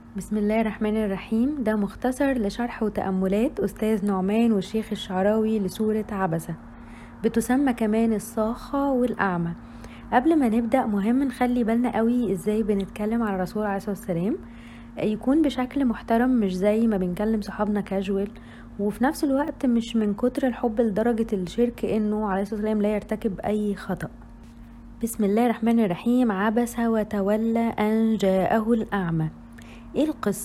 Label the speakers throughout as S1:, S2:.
S1: بسم الله الرحمن الرحيم. ده مختصر لشرح وتأملات أستاذ نعمان والشيخ الشعراوي لسورة عبسة، بتسمى كمان الصاخة والأعمى. قبل ما نبدأ مهم نخلي بالنا قوي ازاي بنتكلم على الرسول عليه الصلاة والسلام، يكون بشكل محترم مش زي ما بنكلم صحابنا كاجوال، وفي نفس الوقت مش من كتر الحب لدرجة الشرك انه عليه الصلاة والسلام لا يرتكب اي خطأ. بسم الله الرحمن الرحيم. عبس وتولى أن جاءه الأعمى. ايه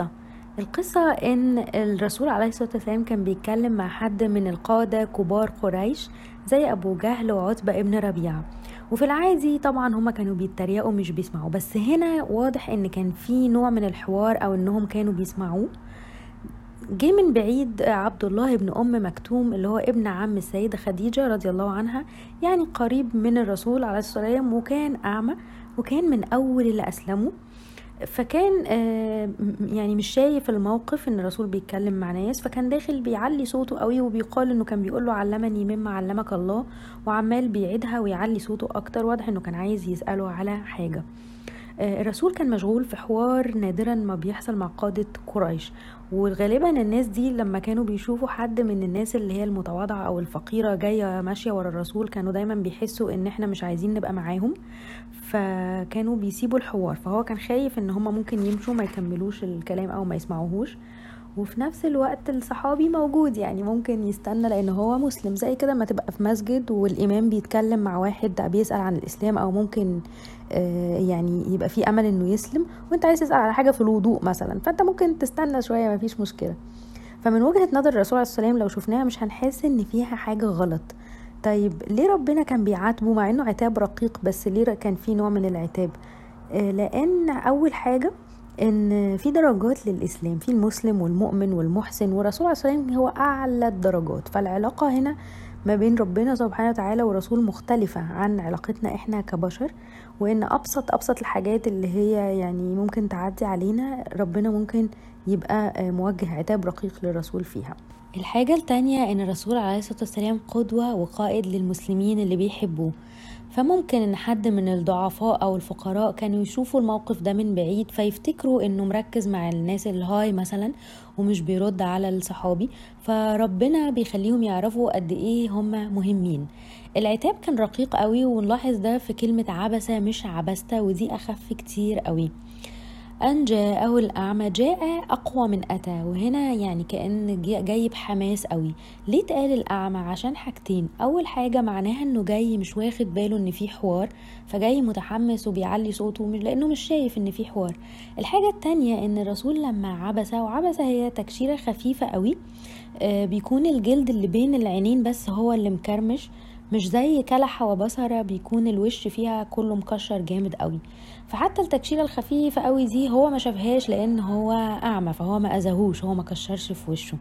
S1: القصة ان الرسول عليه الصلاة والسلام كان بيتكلم مع حد من القادة كبار قريش زي ابو جهل وعتبة ابن ربيعة، وفي العادي طبعا هما كانوا بيتريقوا مش بيسمعوا، بس هنا واضح ان كان في نوع من الحوار او انهم كانوا بيسمعوه. جه من بعيد عبد الله بن ام مكتوم اللي هو ابن عم السيدة خديجة رضي الله عنها، يعني قريب من الرسول عليه الصلاة والسلام، وكان اعمى وكان من اول اللي اسلموا. فكان يعني مش شايف الموقف ان الرسول بيتكلم مع ناس، فكان داخل بيعلي صوته قوي، وبيقال انه كان بيقول له علمني مما علمك الله، وعمال بيعيدها ويعلي صوته اكتر، واضح انه كان عايز يسأله على حاجة. الرسول كان مشغول في حوار نادرا ما بيحصل مع قادة قريش، وغالبا الناس دي لما كانوا بيشوفوا حد من الناس اللي هي المتواضعة او الفقيرة جاية ماشية ورا الرسول، كانوا دايما بيحسوا ان احنا مش عايزين نبقى معاهم، فكانوا بيسيبوا الحوار. فهو كان خايف ان هما ممكن يمشوا ما يكملوش الكلام او ما يسمعوهوش، وفي نفس الوقت الصحابي موجود يعني ممكن يستنى لان هو مسلم. زي كده ما تبقى في مسجد والامام بيتكلم مع واحد بيسأل عن الاسلام، او ممكن يعني يبقى في امل انه يسلم، وانت عايز تسأل على حاجة في الوضوء مثلا، فانت ممكن تستنى شوية، ما فيش مشكلة. فمن وجهة نظر الرسول عليه الصلاة والسلام لو شفناها مش هنحس ان فيها حاجة غلط. طيب ليه ربنا كان بيعاتبه مع انه عتاب رقيق، بس ليه كان في نوع من العتاب؟ لان اول حاجة ان في درجات للاسلام، في المسلم والمؤمن والمحسن، والرسول عليه الصلاة والسلام هو اعلى الدرجات. فالعلاقة هنا ما بين ربنا سبحانه وتعالى ورسول مختلفة عن علاقتنا احنا كبشر، وان ابسط الحاجات اللي هي يعني ممكن تعدي علينا ربنا ممكن يبقى موجه عتاب رقيق للرسول فيها. الحاجة التانية ان الرسول عليه الصلاة والسلام قدوة وقائد للمسلمين اللي بيحبوه، فممكن ان حد من الضعفاء او الفقراء كانوا يشوفوا الموقف ده من بعيد فيفتكروا انه مركز مع الناس الهاي مثلا ومش بيرد على الصحابي، فربنا بيخليهم يعرفوا قد ايه هم مهمين. العتاب كان رقيق قوي، ونلاحظ ده في كلمة عبسة مش عبسته، ودي اخف كتير قوي. أن جاءه الأعمى، جاء أقوى من أتى، وهنا يعني كأن جاي بحماس قوي. ليه اتقال الأعمى؟ عشان حاجتين. أول حاجة معناها أنه جاي مش واخد باله أن في حوار، فجاي متحمس وبيعلي صوته لأنه مش شايف أن في حوار. الحاجة التانية أن الرسول لما عبسة، وعبسة هي تكشيرة خفيفة قوي، بيكون الجلد اللي بين العينين بس هو اللي مكرمش، مش زي كلحة وبصرة بيكون الوش فيها كله مكشر جامد قوي. فحتى التكشيرة الخفيفة قوي دي هو ما شافهاش لان هو اعمى، فهو ما اذاهوش، هو ما كشرش في وشه.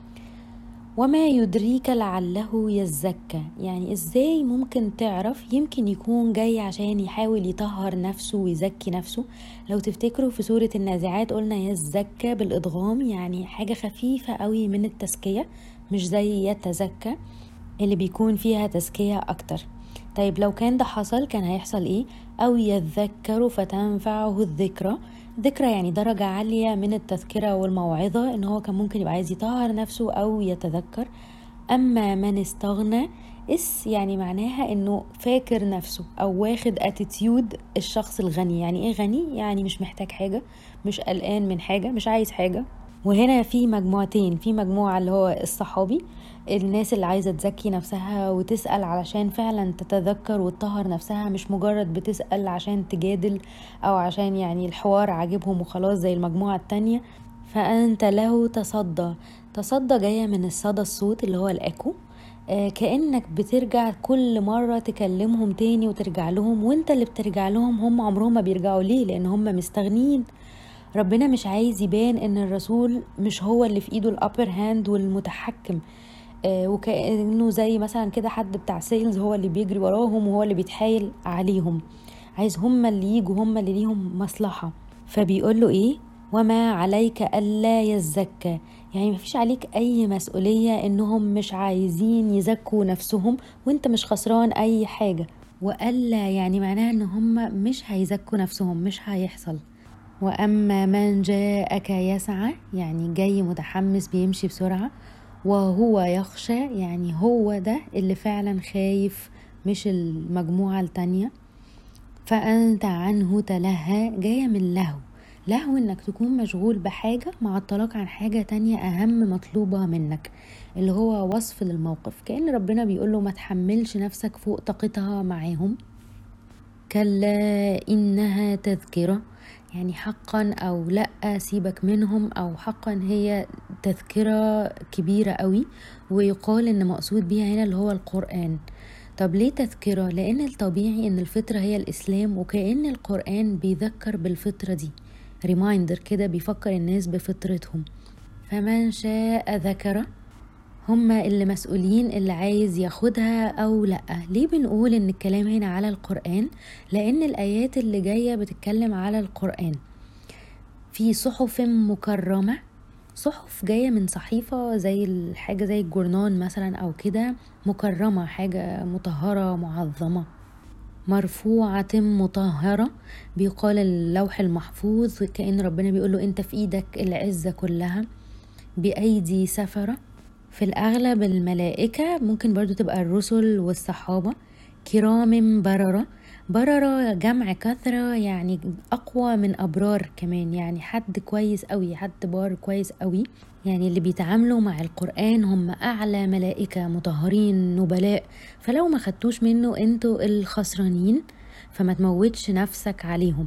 S1: وما يدريك لعله يزكى، يعني ازاي ممكن تعرف؟ يمكن يكون جاي عشان يحاول يطهر نفسه ويزكي نفسه. لو تفتكروا في سورة النازعات قلنا يزكى بالادغام، يعني حاجة خفيفة قوي من التزكية، مش زي يتزكى اللي بيكون فيها تزكية اكتر. طيب لو كان ده حصل كان هيحصل ايه؟ او يذكر فتنفعه الذكرى. ذكرى يعني درجة عالية من التذكرة والموعظة، ان هو كان ممكن يبقى عايز يطهر نفسه او يتذكر. اما من استغنى، يعني معناها انه فاكر نفسه او واخد اتيتيود الشخص الغني. يعني ايه غني؟ يعني مش محتاج حاجة، مش قلقان من حاجة، مش عايز حاجة. وهنا في مجموعتين، في مجموعة اللي هو الصحابي، الناس اللي عايزة تزكي نفسها وتسأل علشان فعلا تتذكر وتطهر نفسها، مش مجرد بتسأل عشان تجادل او عشان يعني الحوار عاجبهم وخلاص زي المجموعة التانية. فأنت له تصدى. تصدى جاية من الصدى، الصوت اللي هو الأكو، كأنك بترجع كل مرة تكلمهم تاني وترجع لهم، وانت اللي بترجع لهم، هم عمرهم ما بيرجعوا. ليه؟ لأن هم مستغنين. ربنا مش عايز يبان ان الرسول مش هو اللي في ايده الابر هاند والمتحكم، وكأنه زي مثلا كده حد بتاع سيلز هو اللي بيجري وراهم وهو اللي بيتحايل عليهم، عايز هم اللي يجوا، هم اللي ليهم مصلحة. فبيقول له ايه؟ وما عليك ألا يزكى، يعني مفيش عليك اي مسؤولية انهم مش عايزين يزكوا نفسهم، وانت مش خسران اي حاجة. وألا يعني معناها ان هم مش هيزكوا نفسهم، مش هيحصل. وأما من جاءك يسعى يعني جاي متحمس بيمشي بسرعة، وهو يخشى يعني هو ده اللي فعلا خايف مش المجموعة التانية. فأنت عنه تلهى جاية من لهو انك تكون مشغول بحاجة معطلك عن حاجة تانية اهم مطلوبة منك، اللي هو وصف للموقف، كأن ربنا بيقوله ما تحملش نفسك فوق طاقتها معاهم. كلا إنها تذكرة يعني حقا أو لأ سيبك منهم، أو حقا هي تذكرة كبيرة قوي، ويقال إن مقصود بيها هنا اللي هو القرآن. طب ليه تذكرة؟ لأن الطبيعي إن الفطرة هي الإسلام، وكأن القرآن بيذكر بالفطرة دي، ريمايندر كده بيفكر الناس بفطرتهم. فمن شاء ذكره هما اللي مسؤولين اللي عايز ياخدها أو لأ. ليه بنقول إن الكلام هنا على القرآن؟ لأن الآيات اللي جاية بتتكلم على القرآن. في صحف مكرمة، صحف جاية من صحيفة زي الحاجة زي الجورنان مثلا أو كده، مكرمة حاجة مطهرة معظمة. مرفوعة مطهرة، بيقال اللوح المحفوظ، كأن ربنا بيقوله انت في ايدك العزة كلها. بأيدي سفرة، في الأغلب الملائكة، ممكن برضو تبقى الرسل والصحابة. كرام بررة، بررة جمع كثرة يعني أقوى من أبرار كمان، يعني حد كويس قوي، حد بار كويس قوي، يعني اللي بيتعاملوا مع القرآن هم أعلى ملائكة، مطهرين نبلاء، فلو ما خدتوش منه انتوا الخسرانين، فما تموتش نفسك عليهم.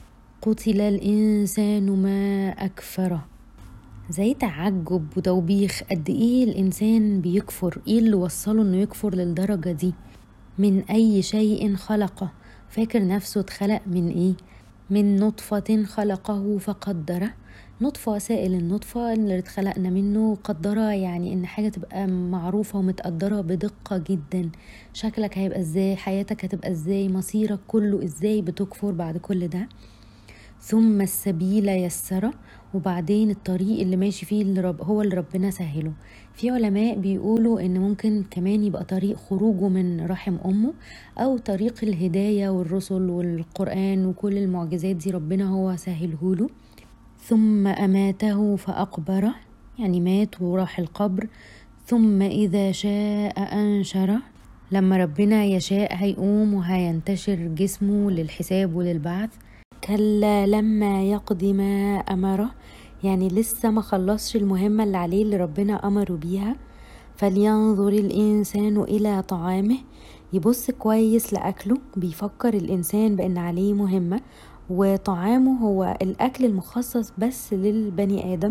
S1: قتل الإنسان ما أكفره، زي تعجب وتوبيخ قد ايه الانسان بيكفر، ايه اللي وصله انه يكفر للدرجة دي. من اي شيء خلقه، فاكر نفسه اتخلق من ايه؟ من نطفة خلقه فقدره، نطفة سائل النطفة اللي اتخلقنا منه، قدره يعني ان حاجة تبقى معروفة ومتقدرة بدقة جدا، شكلك هيبقى ازاي، حياتك هتبقى ازاي، مصيرك كله ازاي، بتكفر بعد كل ده. ثم السبيل يسره، وبعدين الطريق اللي ماشي فيه هو اللي ربنا سهله. في علماء بيقولوا ان ممكن كمان يبقى طريق خروجه من رحم امه، او طريق الهداية والرسل والقرآن وكل المعجزات دي ربنا هو سهلهوله. ثم اماته فاقبره، يعني مات وراح القبر. ثم اذا شاء انشره، لما ربنا يشاء هيقوم وهينتشر جسمه للحساب وللبعث. كلا لما يقضي ما أمره، يعني لسه ما خلصش المهمة اللي عليه اللي ربنا أمره بيها. فلينظر الإنسان إلى طعامه، يبص كويس لأكله، بيفكر الإنسان بأن عليه مهمة، وطعامه هو الأكل المخصص بس للبني آدم.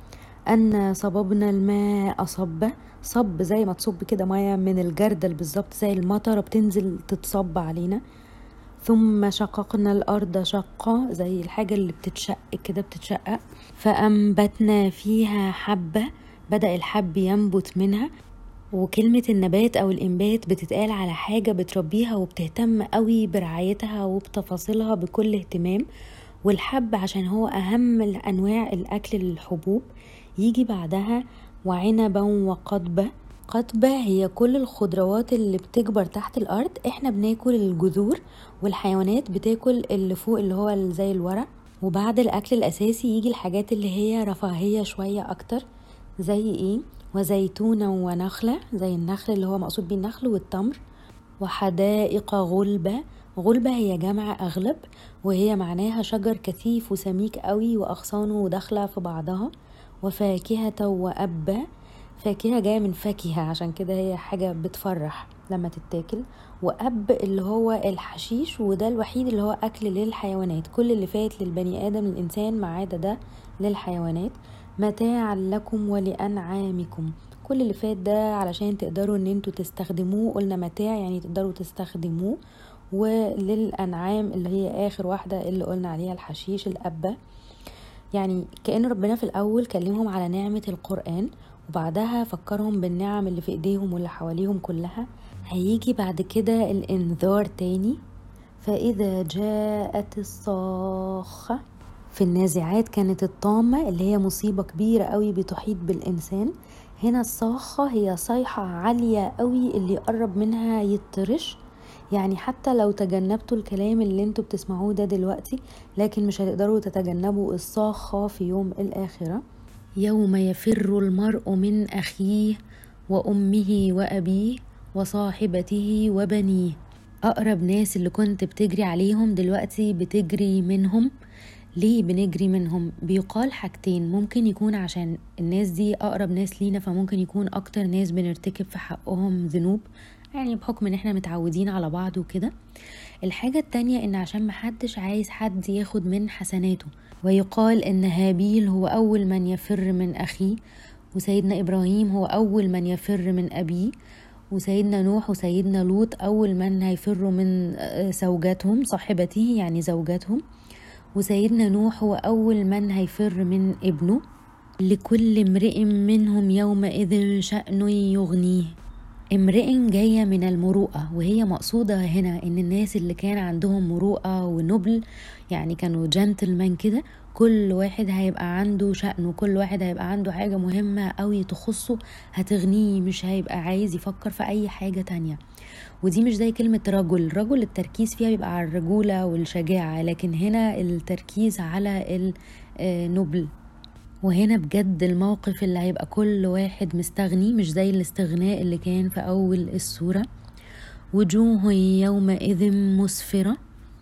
S1: أن صببنا الماء صبة، صب زي ما تصب كده مية من الجردل بالظبط، زي المطرة بتنزل تتصب علينا. ثم شققنا الأرض شقا، زي الحاجة اللي بتتشق كده بتتشقق. فأنبتنا فيها حبة، بدأ الحب ينبت منها. وكلمة النبات أو الإنبات بتتقال على حاجة بتربيها وبتهتم قوي برعايتها وبتفاصيلها بكل اهتمام. والحب عشان هو أهم أنواع الأكل للحبوب. يجي بعدها وعنبا وقضبة، قطبة هي كل الخضروات اللي بتكبر تحت الأرض، احنا بناكل الجذور، والحيوانات بتاكل اللي فوق اللي هو زي الورق. وبعد الأكل الأساسي يجي الحاجات اللي هي رفاهية شوية أكتر، زي ايه؟ وزيتونة ونخلة، زي النخل اللي هو مقصود بيه النخل والتمر. وحدائق غلبة، غلبة هي جمع أغلب، وهي معناها شجر كثيف وسميك قوي وأغصانه داخلة في بعضها. وفاكهة وأبا، فاكهة جاية من فاكهة عشان كده هي حاجة بتفرح لما تتاكل. وأب اللي هو الحشيش، وده الوحيد اللي هو أكل للحيوانات، كل اللي فات للبني آدم للإنسان ما عدا ده للحيوانات. متاعا لكم ولأنعامكم، كل اللي فات ده علشان تقدروا ان انتوا تستخدموه، قلنا متاع يعني تقدروا تستخدموه. وللأنعام اللي هي آخر واحدة اللي قلنا عليها الحشيش الأبة. يعني كأن ربنا في الأول كلمهم على نعمة القرآن، وبعدها فكرهم بالنعم اللي في ايديهم واللي حواليهم كلها. هيجي بعد كده الانذار تاني. فإذا جاءت الصاخة، في النازعات كانت الطامة اللي هي مصيبة كبيرة قوي بتحيط بالإنسان. هنا الصاخة هي صيحة عالية قوي اللي يقرب منها يطرش، يعني حتى لو تجنبتوا الكلام اللي انتوا بتسمعوه ده دلوقتي، لكن مش هتقدروا تتجنبوا الصاخة في يوم الآخرة. يوم يفر المرء من أخيه وأمه وأبيه وصاحبته وبنيه. أقرب ناس اللي كنت بتجري عليهم دلوقتي بتجري منهم. ليه بنجري منهم؟ بيقال حاجتين، ممكن يكون عشان الناس دي أقرب ناس لينا، فممكن يكون أكتر ناس بنرتكب في حقهم ذنوب، يعني بحكم ان احنا متعودين على بعض وكده. الحاجة التانية ان عشان محدش عايز حد ياخد من حسناته، ويقال ان هابيل هو أول من يفر من أخيه، وسيدنا إبراهيم هو أول من يفر من أبيه، وسيدنا نوح وسيدنا لوط أول من هيفروا من زوجاتهم صاحبته يعني زوجاتهم، وسيدنا نوح هو أول من هيفر من ابنه. لكل امرئ منهم يومئذ شأن يغنيه. امرئ جاية من المروءة، وهي مقصودة هنا ان الناس اللي كان عندهم مروءة ونبل، يعني كانوا جنتلمان كده، كل واحد هيبقى عنده شأن، وكل واحد هيبقى عنده حاجة مهمة قوي تخصه هتغنيه، مش هيبقى عايز يفكر في اي حاجة تانية. ودي مش زي كلمة رجل التركيز فيها بيبقى على الرجولة والشجاعة، لكن هنا التركيز على النبل. وهنا بجد الموقف اللي هيبقى كل واحد مستغني، مش زي الاستغناء اللي كان في أول السورة. وجوه يومئذ مسفرة.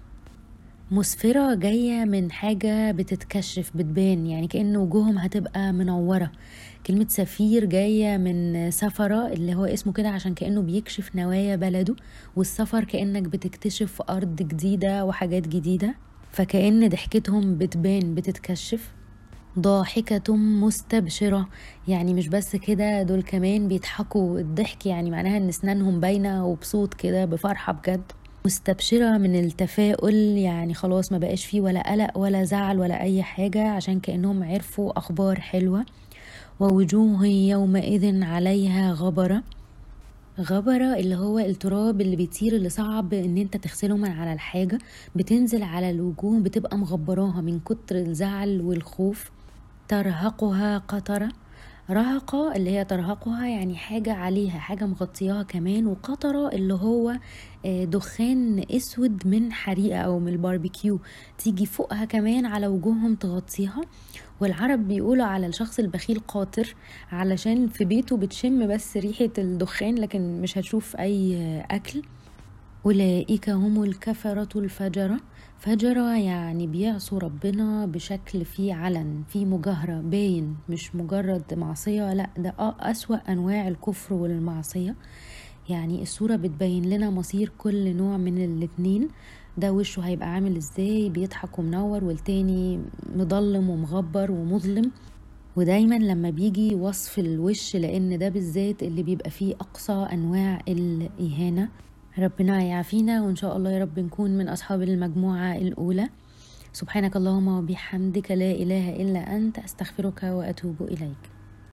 S1: مسفرة جاية من حاجة بتتكشف بتبان، يعني كأن وجوههم هتبقى منورة. كلمة سفير جاية من سفرة اللي هو اسمه كده عشان كأنه بيكشف نوايا بلده، والسفر كأنك بتكتشف أرض جديدة وحاجات جديدة، فكأن ضحكتهم بتبان بتتكشف. ضاحكة مستبشرة، يعني مش بس كده، دول كمان بيضحكوا. الضحك يعني معناها ان اسنانهم باينة وبصوت كده بفرحة بجد. مستبشرة من التفاؤل، يعني خلاص ما بقاش فيه ولا قلق ولا زعل ولا اي حاجة، عشان كأنهم عرفوا اخبار حلوة. ووجوه يومئذ عليها غبرة. غبرة اللي هو التراب اللي بيطير، اللي صعب ان انت تغسله من على الحاجة، بتنزل على الوجوه بتبقى مغبراها من كتر الزعل والخوف. ترهقها قطرة. رهقة اللي هي ترهقها يعني حاجة عليها، حاجة مغطياها كمان، وقطرة اللي هو دخان اسود من حريقة او من الباربيكيو، تيجي فوقها كمان على وجوههم تغطيها. والعرب بيقولوا على الشخص البخيل قاطر، علشان في بيته بتشم بس ريحة الدخان لكن مش هتشوف اي اكل. أولئك هم الكفرة الفجرة. فجرة يعني بيعصوا ربنا بشكل فيه علن، فيه مجاهرة باين، مش مجرد معصية، لا ده أسوأ أنواع الكفر والمعصية. يعني الصورة بتبين لنا مصير كل نوع من الاتنين، ده وشه هيبقى عامل ازاي، بيضحك ومنور، والتاني مضلم ومغبر ومظلم. ودايما لما بيجي وصف الوش، لأن ده بالذات اللي بيبقى فيه أقصى أنواع الإهانة، ربنا يعافينا وإن شاء الله يا رب نكون من أصحاب المجموعة الأولى. سبحانك اللهم وبحمدك لا إله إلا أنت، أستغفرك وأتوب إليك.